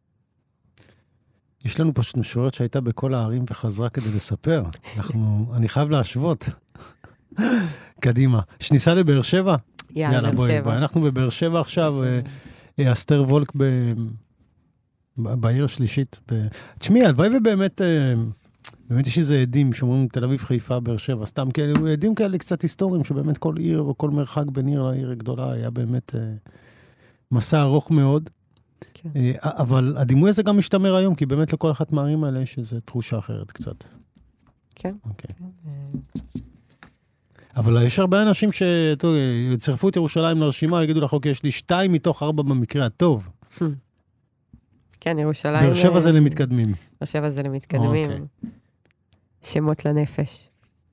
יש לנו פשוט משוררת שהייתה בכל הערים וחזרה כדי לספר. אנחנו, אני חייב להשוות. קדימה. שניסה לבאר שבע? יאללה, באר שבע. אנחנו בבאר שבע עכשיו, אסתר וולק בעיר השלישית. תשמעי, הלוואי ובאמת... באמת יש איזה עדים שאומרים תל אביב, חיפה, באר שבע, סתם כאלה, עדים כאלה קצת היסטוריים, שבאמת כל עיר וכל מרחק בין עיר לעיר הגדולה היה באמת אה, מסע ארוך מאוד. כן. אה, אבל הדימוי הזה גם משתמר היום, כי באמת לכל אחת מהערים האלה יש איזו תחושה אחרת קצת. כן. אוקיי. כן. אבל יש הרבה אנשים שיצרפו את ירושלים לרשימה, יגידו לך, אוקיי, יש לי שתיים מתוך ארבע במקרה הטוב. כן, ירושלים... באר שבע זה למתקדמים. באר שבע זה למתקדמים. אוקיי. שמות לנפש.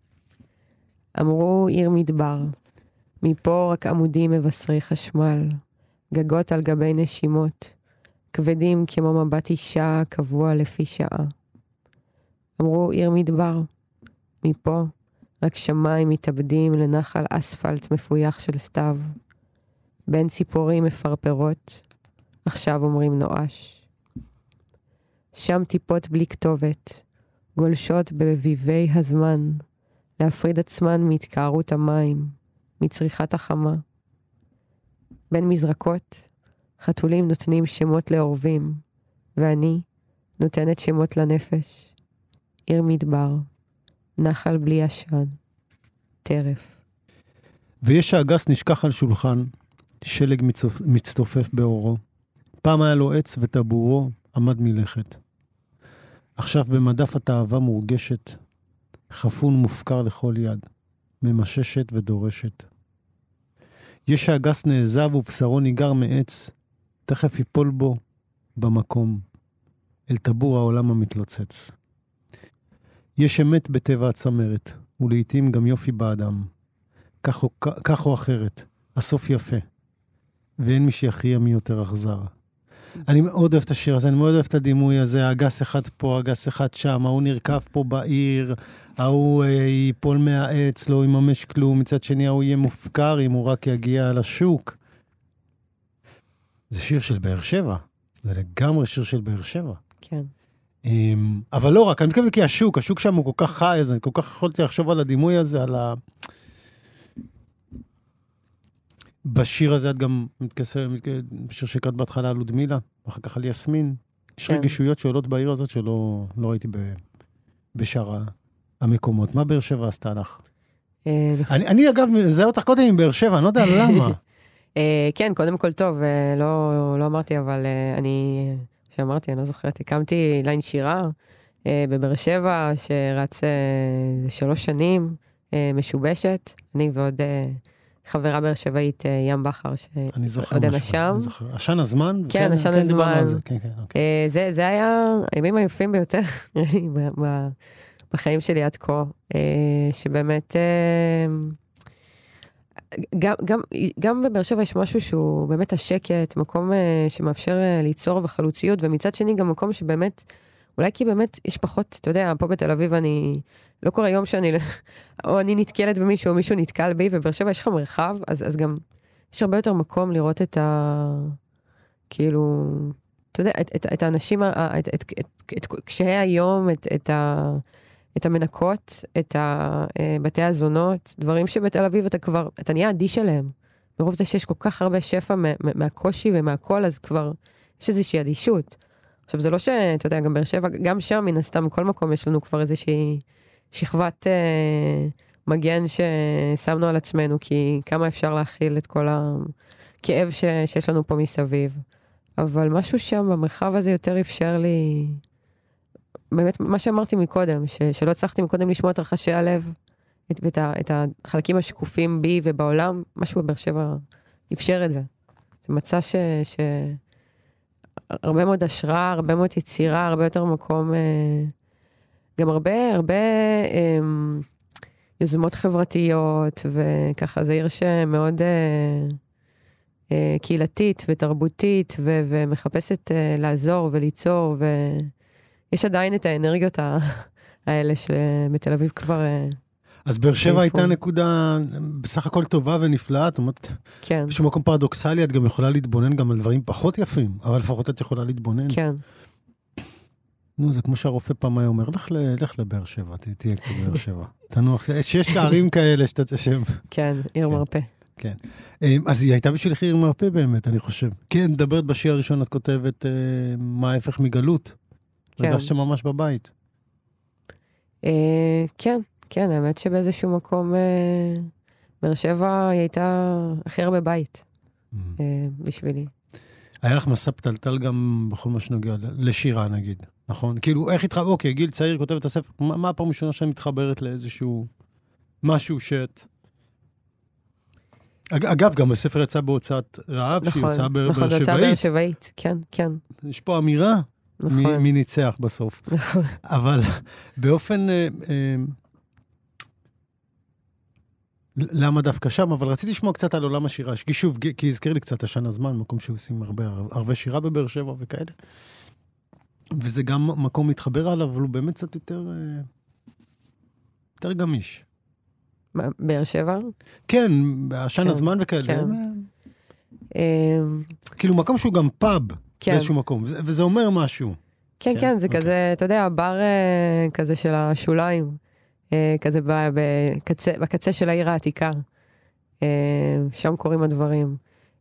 אמרו עיר מדבר, מפה רק עמודים מבשרי חשמל, גגות על גבי נשימות, כבדים כמו מבט אישה קבוע לפי שעה. אמרו עיר מדבר, מפה רק שמיים מתאבדים לנחל אספלט מפויח של סתיו, בין ציפורים מפרפרות, עכשיו אומרים נואש. שם טיפות בלי כתובת, גולשות בביבי הזמן, להפריד עצמן מהתקערות המים, מצריכת החמה. בין מזרקות, חתולים נותנים שמות לאורבים, ואני נותנת שמות לנפש. עיר מדבר, נחל בלי עשן, טרף. ויש האגס נשכח על שולחן, שלג מצטופף באורו. פעם היה לו עץ וטבורו עמד מלכת. עכשיו במדף התאווה מורגשת, חפון מופקר לכל יד, ממששת ודורשת. יש האגס נעזב ובשרו ניגר מעץ, תכף ייפול בו במקום, אל טבור העולם המתלוצץ. יש אמת בטבע הצמרת, ולעיתים גם יופי באדם. כך או, כך או אחרת, הסוף יפה, ואין מי שיכריע מי יותר אכזר. אני מאוד אוהב את השיר הזה, אני מאוד אוהב את הדימוי הזה, אגס אחד פה, אגס אחד שם, ההוא נרכב פה בעיר, ההוא אה, ייפול מהעץ, לא יממש כלום, מצד שני ההוא יהיה מופקר אם הוא רק יגיע לשוק. זה שיר של באר שבע. זה לגמרי שיר של באר שבע. כן. אבל לא רק, אני מתכוון כי השוק, השוק שם הוא כל כך חי, אז אני כל כך יכולתי לחשוב על הדימוי הזה, על ה... בשיר הזה את גם מתכסה, בשיר שקראת בהתחלה על לודמילה, ואחר כך על יסמין. יש רגישויות שעולות בעיר הזאת שלא לא ראיתי בשאר המקומות. מה באר שבע עשתה לך? אני, אני אגב, זה אותך קודם עם באר שבע, אני לא יודע למה. כן, קודם כל טוב, לא, לא אמרתי, אבל אני, שאמרתי, אני לא זוכרת, הקמתי ליין שירה בבאר שבע, שרץ שלוש שנים, משובשת, אני ועוד חברה באר שבעית, ים בחר, שעוד אין שם. עשן הזמן? כן, עשן הזמן. זה היה הימים היפים ביותר, בחיים שלי עד כה, שבאמת, גם, גם, גם בבאר שבע יש משהו שהוא באמת השקט, מקום שמאפשר ליצור וחלוציות, ומצד שני גם מקום שבאמת, אולי כי באמת יש פחות, אתה יודע, פה בתל אביב אני, לא קורה יום שאני, או אני נתקלת במישהו, או מישהו נתקל בי, ובאר שבע יש לך מרחב, אז, אז גם יש הרבה יותר מקום לראות את ה... כאילו, אתה יודע, את, את, את האנשים, את, את, את, את, את קשיי היום, את, את, ה, את המנקות, את בתי הזונות, דברים שבתל אביב אתה כבר, אתה נהיה עדי שלהם. מרוב זה שיש כל כך הרבה שפע מה, מהקושי ומהכל, אז כבר יש איזושהי אדישות. עכשיו, זה לא שאתה יודע, גם באר שבע, גם שם, מן הסתם, כל מקום יש לנו כבר איזושהי שכבת אה, מגן ששמנו על עצמנו, כי כמה אפשר להכיל את כל הכאב ש, שיש לנו פה מסביב. אבל משהו שם, במרחב הזה יותר אפשר לי, באמת, מה שאמרתי מקודם, ש, שלא הצלחתי מקודם לשמוע את רחשי הלב, את, את, ה, את החלקים השקופים בי ובעולם, משהו בבאר שבע אפשר את זה. זה מצא ש... ש הרבה מאוד השראה, הרבה מאוד יצירה, הרבה יותר מקום, גם הרבה, הרבה יוזמות חברתיות, וככה זה עיר שמאוד קהילתית ותרבותית, ומחפשת לעזור וליצור, ויש עדיין את האנרגיות האלה שבתל אביב כבר... אז באר שבע הייתה נקודה בסך הכל טובה ונפלאה, זאת אומרת, כן. בשום מקום פרדוקסלי, את גם יכולה להתבונן גם על דברים פחות יפים, אבל לפחות את יכולה להתבונן. כן. נו, זה כמו שהרופא פעם היה אומר, לך, לך לבאר שבע, תהיה קצת באר שבע. תנוח, שיש שערים כאלה שאתה תשם. כן, עיר כן. מרפא. כן. אז היא הייתה בשבילך עיר מרפא באמת, אני חושב. כן, דברת בשיר הראשון, את כותבת מה ההפך מגלות. כן. הרגשת ממש בבית. כן. כן, האמת שבאיזשהו מקום, אה, באר שבע היא הייתה הכי הרבה בית, mm. אה, בשבילי. היה לך מסע פטלטל גם בכל מה שנוגע לשירה, נגיד, נכון? כאילו, איך התחבר, אוקיי, גיל צעיר כותב את הספר, מה, מה הפעם ראשונה שאת מתחברת לאיזשהו משהו שאת... אגב, גם הספר יצא בהוצאת רעב, נכון, שהיא יצאה באר נכון, שבעית. נכון, באר שבעית, כן, כן. יש פה אמירה, נכון. מי ניצח בסוף. נכון. אבל באופן... אה, אה, למה דווקא שם, אבל רציתי לשמוע קצת על עולם השירה, כי שוב, כי הזכיר לי קצת השנה זמן, מקום שעושים הרבה, הרבה שירה בבאר שבע וכאלה, וזה גם מקום מתחבר עליו, אבל הוא באמת קצת יותר, יותר גמיש. מה, באר שבע? כן, השנה כן, הזמן וכאלה. כן. כאילו מקום שהוא גם פאב, כן. באיזשהו מקום, וזה, וזה אומר משהו. כן, כן, כן זה okay. כזה, אתה יודע, הבר כזה של השוליים. כזה בקצה, בקצה של העיר העתיקה. שם קוראים הדברים.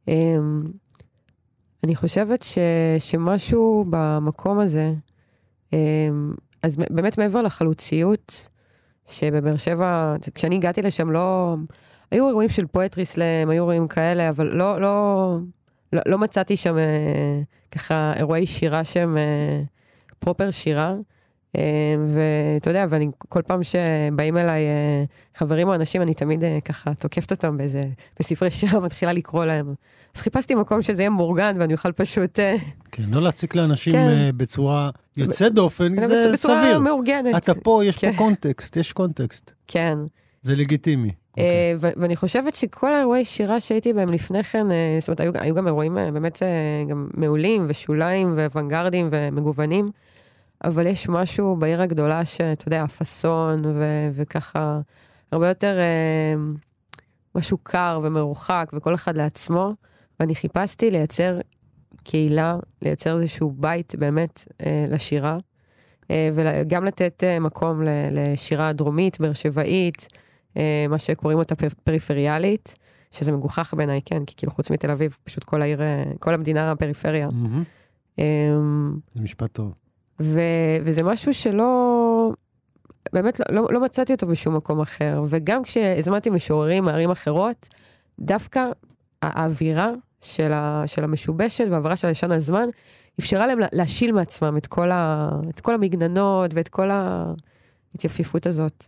אני חושבת ש, שמשהו במקום הזה, אז באמת מעבר לחלוציות, שבבאר שבע, כשאני הגעתי לשם לא, היו אירועים של פואטרי סלאם, היו אירועים כאלה, אבל לא, לא, לא, לא מצאתי שם ככה אירועי שירה שהם פרופר שירה, ואתה יודע, ואני כל פעם שבאים אליי חברים או אנשים, אני תמיד ככה תוקפת אותם באיזה, בספרי שירה, מתחילה לקרוא להם. אז חיפשתי מקום שזה יהיה מאורגן, ואני אוכל פשוט... כן, לא להציק לאנשים בצורה יוצאת דופן, זה סביר. בצורה מאורגנת. אתה פה, יש פה קונטקסט, יש קונטקסט. כן. זה לגיטימי. ואני חושבת שכל האירועי שירה שהייתי בהם לפני כן, זאת אומרת, היו גם אירועים באמת גם מעולים ושוליים ואוונגרדים ומגוונים, אבל יש משהו בעיר הגדולה שאתה יודע, הפסון ו- וככה, הרבה יותר אה, משהו קר ומרוחק, וכל אחד לעצמו, ואני חיפשתי לייצר קהילה, לייצר איזשהו בית באמת אה, לשירה, אה, וגם לתת אה, מקום ל, לשירה דרומית, באר שבעית, אה, מה שקוראים אותה פריפריאלית, שזה מגוחך בעיניי, כן, כי כאילו חוץ מתל אביב, פשוט כל העיר, כל המדינה הפריפריה. Mm-hmm. זה משפט טוב. ו- וזה משהו שלא, באמת לא, לא, לא מצאתי אותו בשום מקום אחר. וגם כשהזמנתי משוררים מערים אחרות, דווקא האווירה של, ה- של המשובשת והאווירה של הישן הזמן, אפשרה להם להשיל מעצמם את כל, ה- את כל המגננות ואת כל ההתייפיפות הזאת.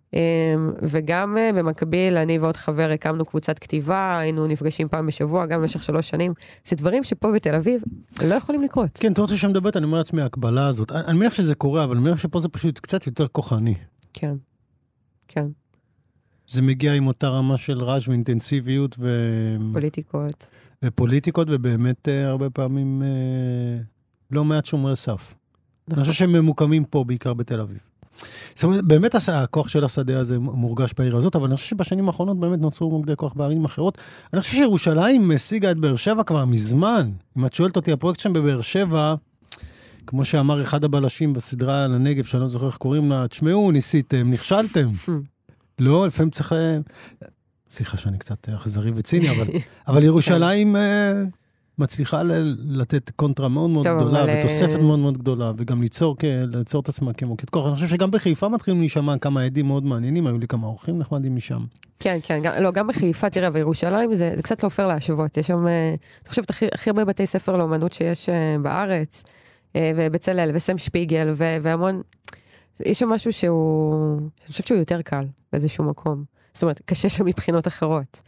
וגם במקביל, אני ועוד חבר הקמנו קבוצת כתיבה, היינו נפגשים פעם בשבוע, גם במשך שלוש שנים. זה דברים שפה בתל אביב לא יכולים לקרות. כן, אתה רוצה שם מדברת, אני אומר לעצמי, ההקבלה הזאת. אני, אני מניח שזה קורה, אבל אני מניח שפה זה פשוט קצת יותר כוחני. כן, כן. זה מגיע עם אותה רמה של רעש ואינטנסיביות ו... פוליטיקות. ופוליטיקות, ובאמת הרבה פעמים לא מעט שומרי סף. נכון. אני חושב שהם ממוקמים פה, בעיקר בתל אביב. זאת אומרת, באמת הכוח של השדה הזה מורגש בעיר הזאת, אבל אני חושב שבשנים האחרונות באמת נוצרו מוקדי כוח בערים אחרות. אני חושב שירושלים השיגה את באר שבע כבר מזמן. אם את שואלת אותי, הפרויקט שם בבאר שבע, כמו שאמר אחד הבלשים בסדרה על הנגב, שאני לא זוכר איך קוראים לה, תשמעו, ניסיתם, נכשלתם. לא, לפעמים צריך... סליחה שאני קצת אכזרי וציני, אבל, אבל ירושלים מצליחה לתת קונטרה מאוד מאוד גדולה, ותוספת מאוד מאוד גדולה, וגם ליצור, ליצור את עצמה כמוקד כוח. אני חושב שגם בחיפה מתחילים להישמע כמה עדים מאוד מעניינים, היו לי כמה אורחים נחמדים משם. כן, כן, גם, לא, גם בחיפה, תראה, וירושלים זה, זה קצת לא פייר להשוות. יש שם, אני חושבת, הכי, הכי הרבה בתי ספר לאומנות שיש בארץ, ובצלאל, וסם שפיגל, ו, והמון, יש שם משהו שהוא, אני חושבת שהוא יותר קל באיזשהו מקום. זאת אומרת, קשה שם מבחינות אחרות.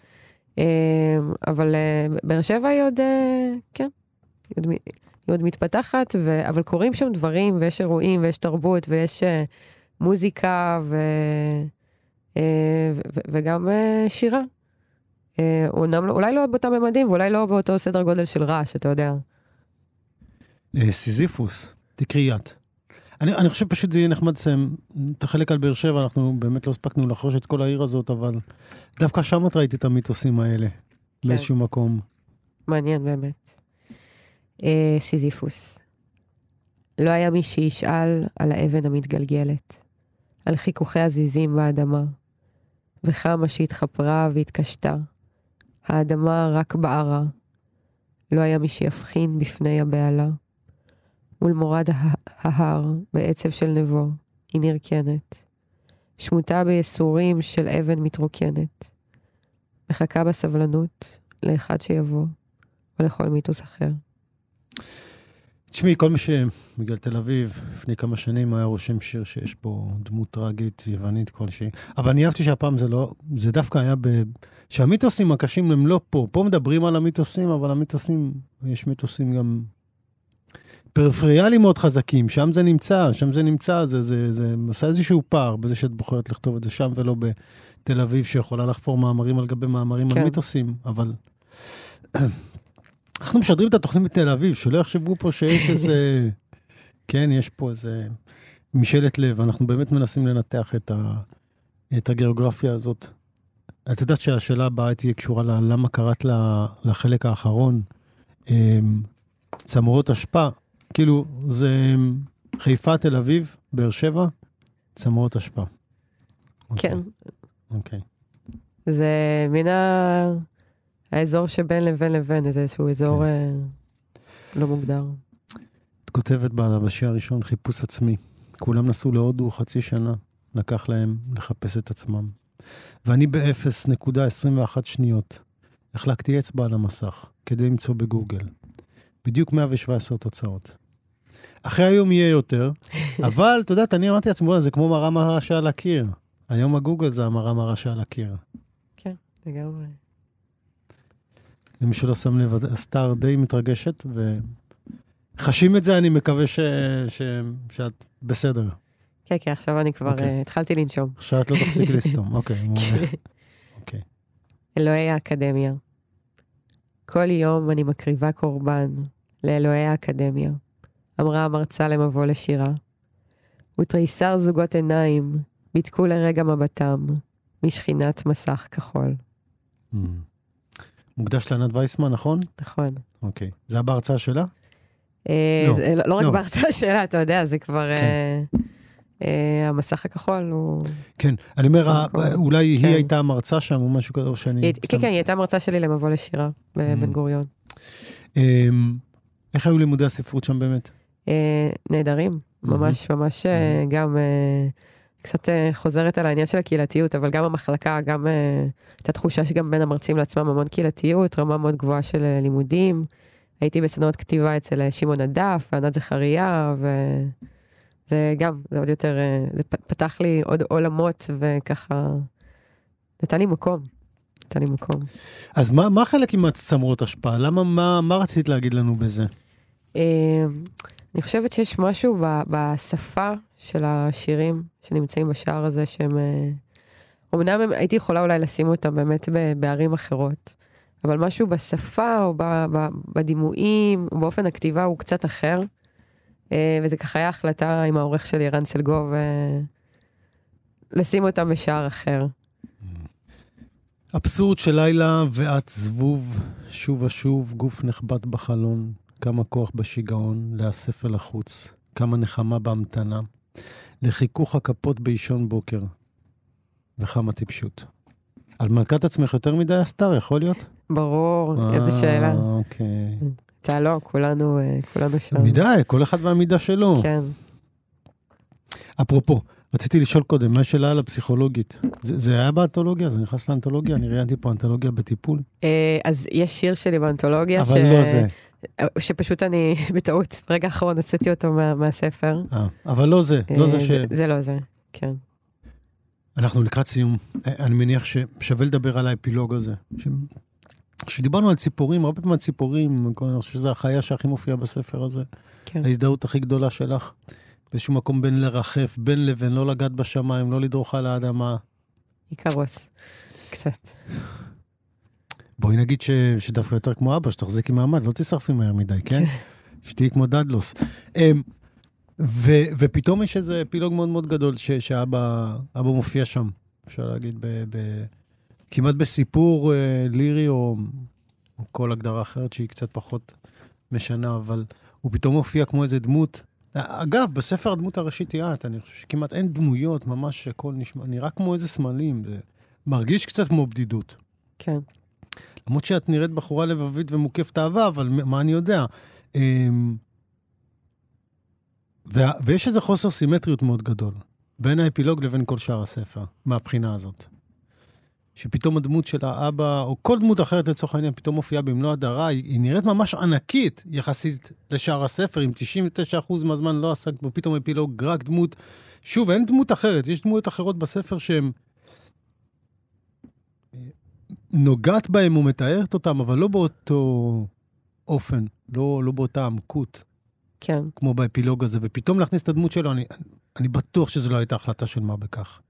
אבל באר שבע היא עוד, כן, היא עוד מתפתחת, אבל קוראים שם דברים, ויש אירועים, ויש תרבות, ויש מוזיקה, וגם שירה. אולי לא באותם ממדים, ואולי לא באותו סדר גודל של רעש, אתה יודע. סיזיפוס, תקריית. אני, אני חושב פשוט זה יהיה נחמד לסיים את החלק על באר שבע, אנחנו באמת לא הספקנו לחרוש את כל העיר הזאת, אבל דווקא שם את ראיתי את המיתוסים האלה, כן. באיזשהו מקום. מעניין באמת. אה, סיזיפוס. לא היה מי שישאל על האבן המתגלגלת, על חיכוכי הזיזים באדמה, וכמה שהתחפרה והתקשתה. האדמה רק בערה. לא היה מי שיבחין בפני הבעלה. מול מורד ההר, בעצב של נבו, היא נרקנת. שמותה ביסורים של אבן מתרוקנת. מחכה בסבלנות לאחד שיבוא, או לכל מיתוס אחר. תשמעי, כל מי שבגלל תל אביב, לפני כמה שנים היה רושם שיר שיש בו דמות טרגית, יוונית כלשהי. אבל אני אהבתי שהפעם זה לא, זה דווקא היה ב... שהמיתוסים הקשים הם לא פה. פה מדברים על המיתוסים, אבל המיתוסים, יש מיתוסים גם... פריפריאליים מאוד חזקים, שם זה נמצא, שם זה נמצא, זה, זה, זה עשה איזשהו פער, בזה שאת בוחרת לכתוב את זה שם, ולא בתל אביב, שיכולה לחפור מאמרים על גבי מאמרים כן. על מיתוסים, אבל אנחנו משדרים את התוכנית בתל אביב, שלא יחשבו פה שיש איזה, כן, יש פה איזה משאלת לב, אנחנו באמת מנסים לנתח את, ה, את הגיאוגרפיה הזאת. את יודעת שהשאלה הבאה תהיה קשורה לה, למה קראת לה, לחלק האחרון, צמרות השפעה, כאילו, זה חיפה, תל אביב, באר שבע, צמרות השפעה. כן. אוקיי. זה מן האזור שבין לבין לבין, איזשהו אזור לא מוגדר. את כותבת בשיר הראשון, חיפוש עצמי. כולם נסעו להודו חצי שנה, לקח להם לחפש את עצמם. ואני ב-אפס נקודה עשרים ואחת שניות החלקתי אצבע על המסך, כדי למצוא בגוגל. בדיוק מאה ושבע עשרה תוצאות. אחרי היום יהיה יותר, אבל, אתה יודעת, אני אמרתי לעצמי, זה כמו מראה מראה שעל הקיר. היום הגוגל זה המראה מראה שעל הקיר. כן, לגמרי. למי שלא שם לב, הסטאר די מתרגשת, וחשים את זה, אני מקווה ש... ש... שאת בסדר. כן, כן, עכשיו אני כבר okay. התחלתי לנשום. עכשיו את לא תפסיק לסתום, אוקיי. אוקיי. אלוהי האקדמיה. כל יום אני מקריבה קורבן לאלוהי האקדמיה, אמרה המרצה למבוא לשירה. ותריסר זוגות עיניים ביתקו לרגע מבטם משכינת מסך כחול. Mm. מוקדש לענת וייסמן, נכון? נכון. אוקיי. זה היה בהרצאה שלה? אה, לא. זה לא לא רק לא. בהרצאה שלה, אתה יודע, זה כבר... כן. אה, אה, המסך הכחול הוא... כן. אני אומר, במקום. אולי היא כן. הייתה המרצה שם, או משהו כזה, או שאני... היא- סתם- כן, כן, היא הייתה מרצה שלי למבוא לשירה בבן גוריון. אמ, איך היו לימודי הספרות שם באמת? אה, נהדרים, ממש ממש אה, גם אה, קצת אה, חוזרת על העניין של הקהילתיות, אבל גם המחלקה, גם אה, הייתה תחושה שגם בין המרצים לעצמם המון קהילתיות, רמה מאוד גבוהה של אה, לימודים. הייתי בסדנות כתיבה אצל אה, שמעון הדף, וענת זכריה, וזה גם, זה עוד יותר, אה, זה פ- פתח לי עוד עולמות, וככה נתן לי מקום, נתן לי מקום. אז מה, מה חלק עם הצמרות השפעה? למה, מה, מה רצית להגיד לנו בזה? אה, אני חושבת שיש משהו ב- בשפה של השירים שנמצאים בשער הזה, שהם... אה, אמנם הם- הייתי יכולה אולי לשים אותם באמת ב- בערים אחרות, אבל משהו בשפה או ב- ב- בדימויים, או באופן הכתיבה הוא קצת אחר, אה, וזה ככה היה החלטה עם העורך שלי, רן סלגוב, אה, לשים אותם בשער אחר. אבסורד של לילה ואת זבוב, שוב ושוב, גוף נחבט בחלון, כמה כוח בשיגעון, להאסף אל החוץ, כמה נחמה בהמתנה, לחיכוך הכפות באישון בוקר, וכמה טיפשות. על מלכת עצמך יותר מדי הסתר, יכול להיות? ברור, איזה שאלה. אה, אוקיי. אתה לא, כולנו, אה, כולנו שם. מדי, כל אחד והמידה שלו. כן. אפרופו, רציתי לשאול קודם, מה השאלה על הפסיכולוגית? זה, זה היה באנתולוגיה? זה נכנס לאנתולוגיה? אני ראיינתי פה אנתולוגיה בטיפול. אה, אז יש שיר שלי באנתולוגיה, אבל לא זה. שפשוט אני בטעות, ברגע האחרון הוצאתי אותו מה, מהספר. אה, אבל לא זה, לא זה אה, ש... זה, זה לא זה, כן. אנחנו לקראת סיום. אני מניח ששווה לדבר על האפילוג הזה. ש... כשדיברנו על ציפורים, הרבה פעמים ציפורים, אני חושב שזו החיה שהכי מופיעה בספר הזה. כן. ההזדהות הכי גדולה שלך. באיזשהו מקום בין לרחף, בין לבין, לא לגעת בשמיים, לא לדרוך על האדמה. איקרוס, קצת. בואי נגיד ש... שדווקא יותר כמו אבא, שתחזיקי מעמד, לא תשרפי מהר מדי, כן? שתהי כמו דדלוס. ו... ופתאום יש איזה אפילוג מאוד מאוד גדול, ש... שאבא אבא מופיע שם, אפשר להגיד, ב... ב... כמעט בסיפור אה, לירי, או... או כל הגדרה אחרת שהיא קצת פחות משנה, אבל הוא פתאום מופיע כמו איזה דמות. אגב, בספר הדמות הראשית היא את, אני חושב שכמעט אין דמויות, ממש הכל נשמע, נראה כמו איזה סמלים, זה מרגיש קצת כמו בדידות. כן. למרות שאת נראית בחורה לבבית ומוקפת אהבה, אבל מה אני יודע? ו- ויש איזה חוסר סימטריות מאוד גדול, בין האפילוג לבין כל שאר הספר, מהבחינה הזאת. שפתאום הדמות של האבא, או כל דמות אחרת לצורך העניין, פתאום מופיעה במלוא הדרה, היא, היא נראית ממש ענקית יחסית לשאר הספר, עם תשעים ותשעה אחוז מהזמן לא עסק בו, פתאום אפילוג רק דמות, שוב, אין דמות אחרת, יש דמויות אחרות בספר שהן נוגעת בהם ומתארת אותם, אבל לא באותו אופן, לא, לא באותה עמקות, כן. כמו באפילוג הזה, ופתאום להכניס את הדמות שלו, אני, אני בטוח שזו לא הייתה החלטה של מה בכך.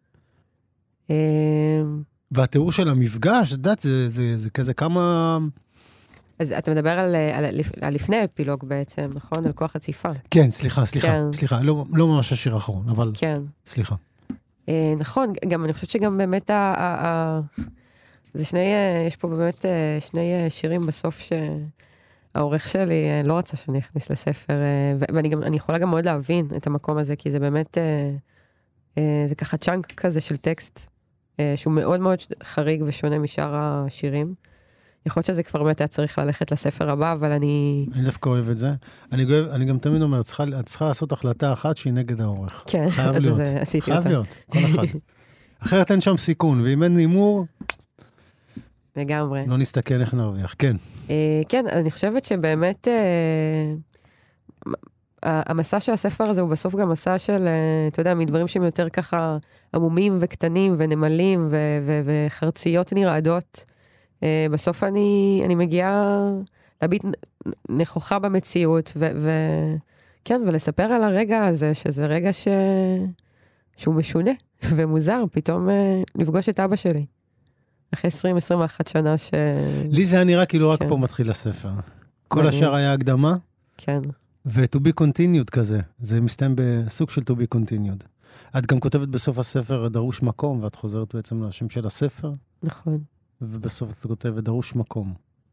והתיאור של המפגש, דעת, זה, זה, זה כזה כמה... אז אתה מדבר על, על, על לפני האפילוג בעצם, נכון? על כוח הציפה. כן, סליחה, סליחה, כן. סליחה, לא, לא ממש השיר האחרון, אבל... כן. סליחה. אה, נכון, גם אני חושבת שגם באמת ה... ה, ה זה שני, יש פה באמת שני שירים בסוף שהעורך שלי לא רצה שאני אכניס לספר, ואני גם, אני יכולה גם מאוד להבין את המקום הזה, כי זה באמת, זה ככה צ'אנק כזה של טקסט, שהוא מאוד מאוד חריג ושונה משאר השירים. יכול להיות שזה כבר באמת היה צריך ללכת לספר הבא, אבל אני... אני דווקא אוהב את זה. אני, אוהב, אני גם תמיד אומר, צריכה, את צריכה לעשות החלטה אחת שהיא נגד העורך. כן, חייב אז להיות. זה, עשיתי חייב אותה. להיות, כל אחד. אחרת אין שם סיכון, ואם אין נימור... לגמרי. לא נסתכל איך נרוויח, כן. אה, כן, אני חושבת שבאמת אה, המסע של הספר הזה הוא בסוף גם מסע של, אה, אתה יודע, מדברים שהם יותר ככה עמומים וקטנים ונמלים ו- ו- וחרציות נרעדות. אה, בסוף אני, אני מגיעה להביט נכוחה במציאות, ו- ו- כן, ולספר על הרגע הזה, שזה רגע ש... שהוא משונה ומוזר, פתאום אה, לפגוש את אבא שלי. אחרי עשרים עשרים ואחת שנה ש... לי זה היה נראה כאילו רק כן. פה מתחיל הספר. כל מעניין. השאר היה הקדמה, כן. ו-to be continued כזה. זה מסתיים בסוג של to be continued. את גם כותבת בסוף הספר דרוש מקום, ואת חוזרת בעצם לשם של הספר, נכון. ובסוף את כותבת דרוש מקום.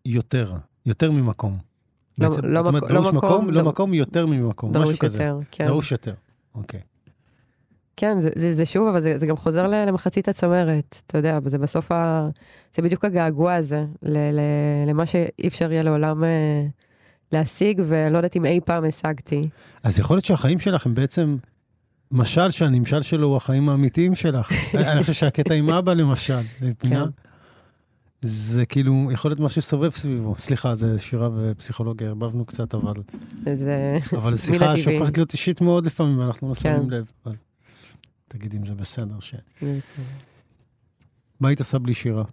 יותר, יותר ממקום. לא, בעצם, לא, אומרת, מקום, דרוש לא מקום, מקום, לא דר... מקום יותר ממקום, דרוש משהו כזה. יותר, כן. דרוש יותר, אוקיי. כן, זה, זה, זה שוב, אבל זה, זה גם חוזר למחצית הצמרת, אתה יודע, זה בסוף ה... זה בדיוק הגעגוע הזה, ל, ל, למה שאי אפשר יהיה לעולם אה, להשיג, ואני לא יודעת אם אי פעם השגתי. אז יכול להיות שהחיים שלך הם בעצם, משל שהנמשל שלו הוא החיים האמיתיים שלך. אני חושב שהקטע עם אבא למשל, לפנינה, זה כאילו, יכול להיות משהו סובב סביבו. סליחה, זה שירה ופסיכולוגיה, הרבבנו קצת, אבל... זה אבל שיחה שהופכת להיות אישית מאוד לפעמים, ואנחנו לא שמים לב. אבל... תגיד אם זה בסדר ש... זה בסדר. מה היית עושה בלי שירה?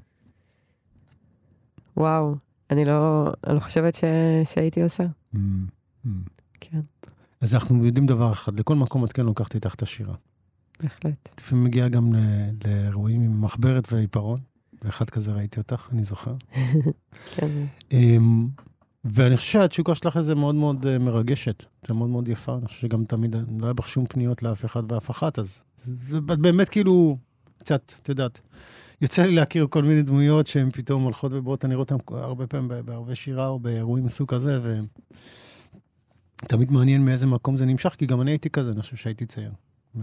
וואו, אני לא, אני לא חושבת ש... שהייתי עושה. Mm, mm. כן. אז אנחנו יודעים דבר אחד, לכל מקום את כן לוקחת איתך את השירה. בהחלט. לפעמים מגיעה גם לאירועים עם מחברת ועיפרון, ואחד כזה ראיתי אותך, אני זוכר. כן. ואני חושב שהתשוקה שלך הזה מאוד מאוד מרגשת, זה מאוד מאוד יפה, אני חושב שגם תמיד לא היה בך שום פניות לאף אחד ואף אחת, אז זה באמת כאילו, קצת, את יודעת, יוצא לי להכיר כל מיני דמויות שהן פתאום הולכות ובאות, אני רואה אותן הרבה פעמים בערבי שירה או באירועים מסוג כזה, ותמיד מעניין מאיזה מקום זה נמשך, כי גם אני הייתי כזה, אני חושב שהייתי צעיר.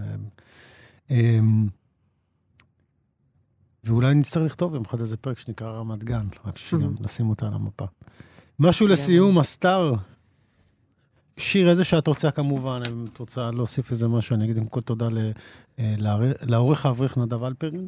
ואולי נצטרך לכתוב עם אחד איזה פרק שנקרא רמת גן, רק שגם נשים אותה על המפה. משהו לסיום, הסטאר. שיר איזה שאת רוצה כמובן, אם את רוצה להוסיף איזה משהו, אני אגיד עם כל תודה לעורך האברך נדב אלפרין,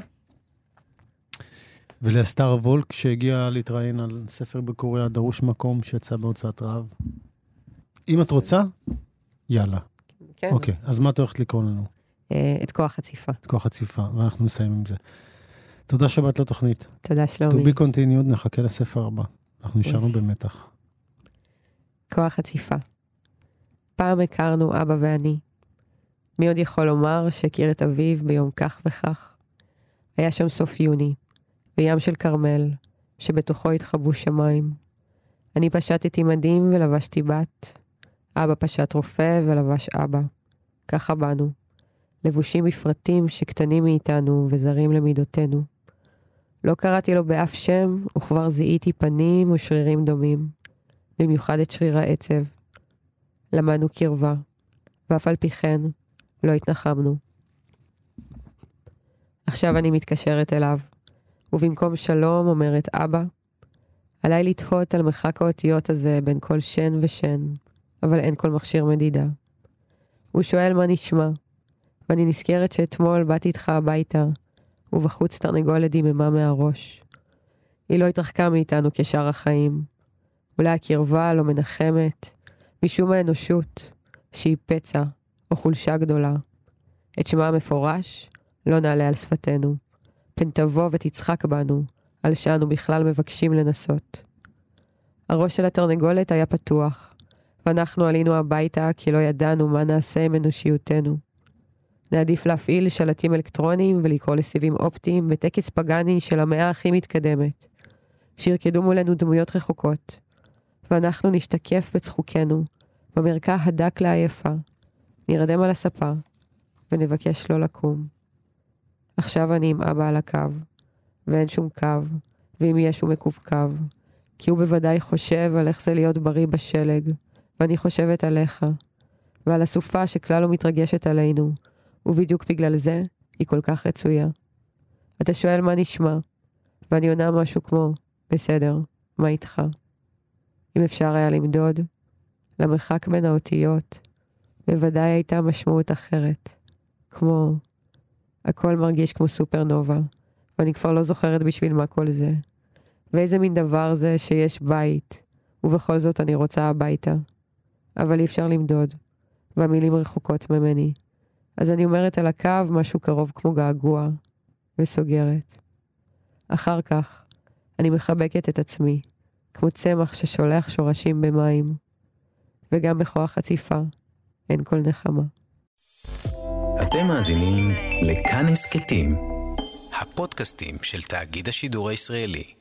ולסטאר וולק שהגיע להתראיין על ספר בקוריאה, דרוש מקום, שיצא בהוצאת רעב. אם את רוצה, יאללה. כן. אוקיי, אז מה את הולכת לקרוא לנו? את כוח הציפה. את כוח הציפה, ואנחנו נסיים עם זה. תודה שבאת לתוכנית. תודה שלומי. To be continued, נחכה לספר הבא. אנחנו נשארנו במתח. כוח הציפה. פעם הכרנו אבא ואני. מי עוד יכול לומר שהכיר את אביו ביום כך וכך? היה שם סוף יוני, וים של קרמל, שבתוכו התחבאו שמיים. אני פשטתי מדים ולבשתי בת. אבא פשט רופא ולבש אבא. ככה באנו. לבושים בפרטים שקטנים מאיתנו וזרים למידותינו. לא קראתי לו באף שם, וכבר זיהיתי פנים ושרירים דומים. במיוחד את שריר העצב. למדנו קרבה, ואף על פי כן לא התנחמנו. עכשיו אני מתקשרת אליו, ובמקום שלום אומרת אבא, עליי לתהות על מרחק האותיות הזה בין כל שן ושן, אבל אין כל מכשיר מדידה. הוא שואל מה נשמע, ואני נזכרת שאתמול באתי איתך הביתה, ובחוץ תרנגולת דיממה מהראש. היא לא התרחקה מאיתנו כשאר החיים. אולי הקרבה לא מנחמת, משום האנושות, שהיא פצע או חולשה גדולה. את שמה המפורש לא נעלה על שפתנו. פן תבוא ותצחק בנו, על שאנו בכלל מבקשים לנסות. הראש של התרנגולת היה פתוח, ואנחנו עלינו הביתה כי לא ידענו מה נעשה עם אנושיותנו. נעדיף להפעיל שלטים אלקטרוניים ולקרוא לסיבים אופטיים בטקס פגני של המאה הכי מתקדמת, שירקדו מולנו דמויות רחוקות, ואנחנו נשתקף בצחוקנו, במרקע הדק לעייפה, נרדם על הספה, ונבקש לא לקום. עכשיו אני עם אבא על הקו, ואין שום קו, ואם יש הוא מקוף קו, כי הוא בוודאי חושב על איך זה להיות בריא בשלג, ואני חושבת עליך, ועל הסופה שכלל לא מתרגשת עלינו, ובדיוק בגלל זה היא כל כך רצויה. אתה שואל מה נשמע, ואני עונה משהו כמו, בסדר, מה איתך? אם אפשר היה למדוד, למרחק בין האותיות, בוודאי הייתה משמעות אחרת. כמו, הכל מרגיש כמו סופרנובה, ואני כבר לא זוכרת בשביל מה כל זה. ואיזה מין דבר זה שיש בית, ובכל זאת אני רוצה הביתה. אבל אי אפשר למדוד, והמילים רחוקות ממני. אז אני אומרת על הקו משהו קרוב כמו געגוע, וסוגרת. אחר כך, אני מחבקת את עצמי, כמו צמח ששולח שורשים במים, וגם בכוח הציפה, אין כל נחמה. אתם מאזינים לכאן הסכתים, הפודקאסטים של תאגיד השידור הישראלי.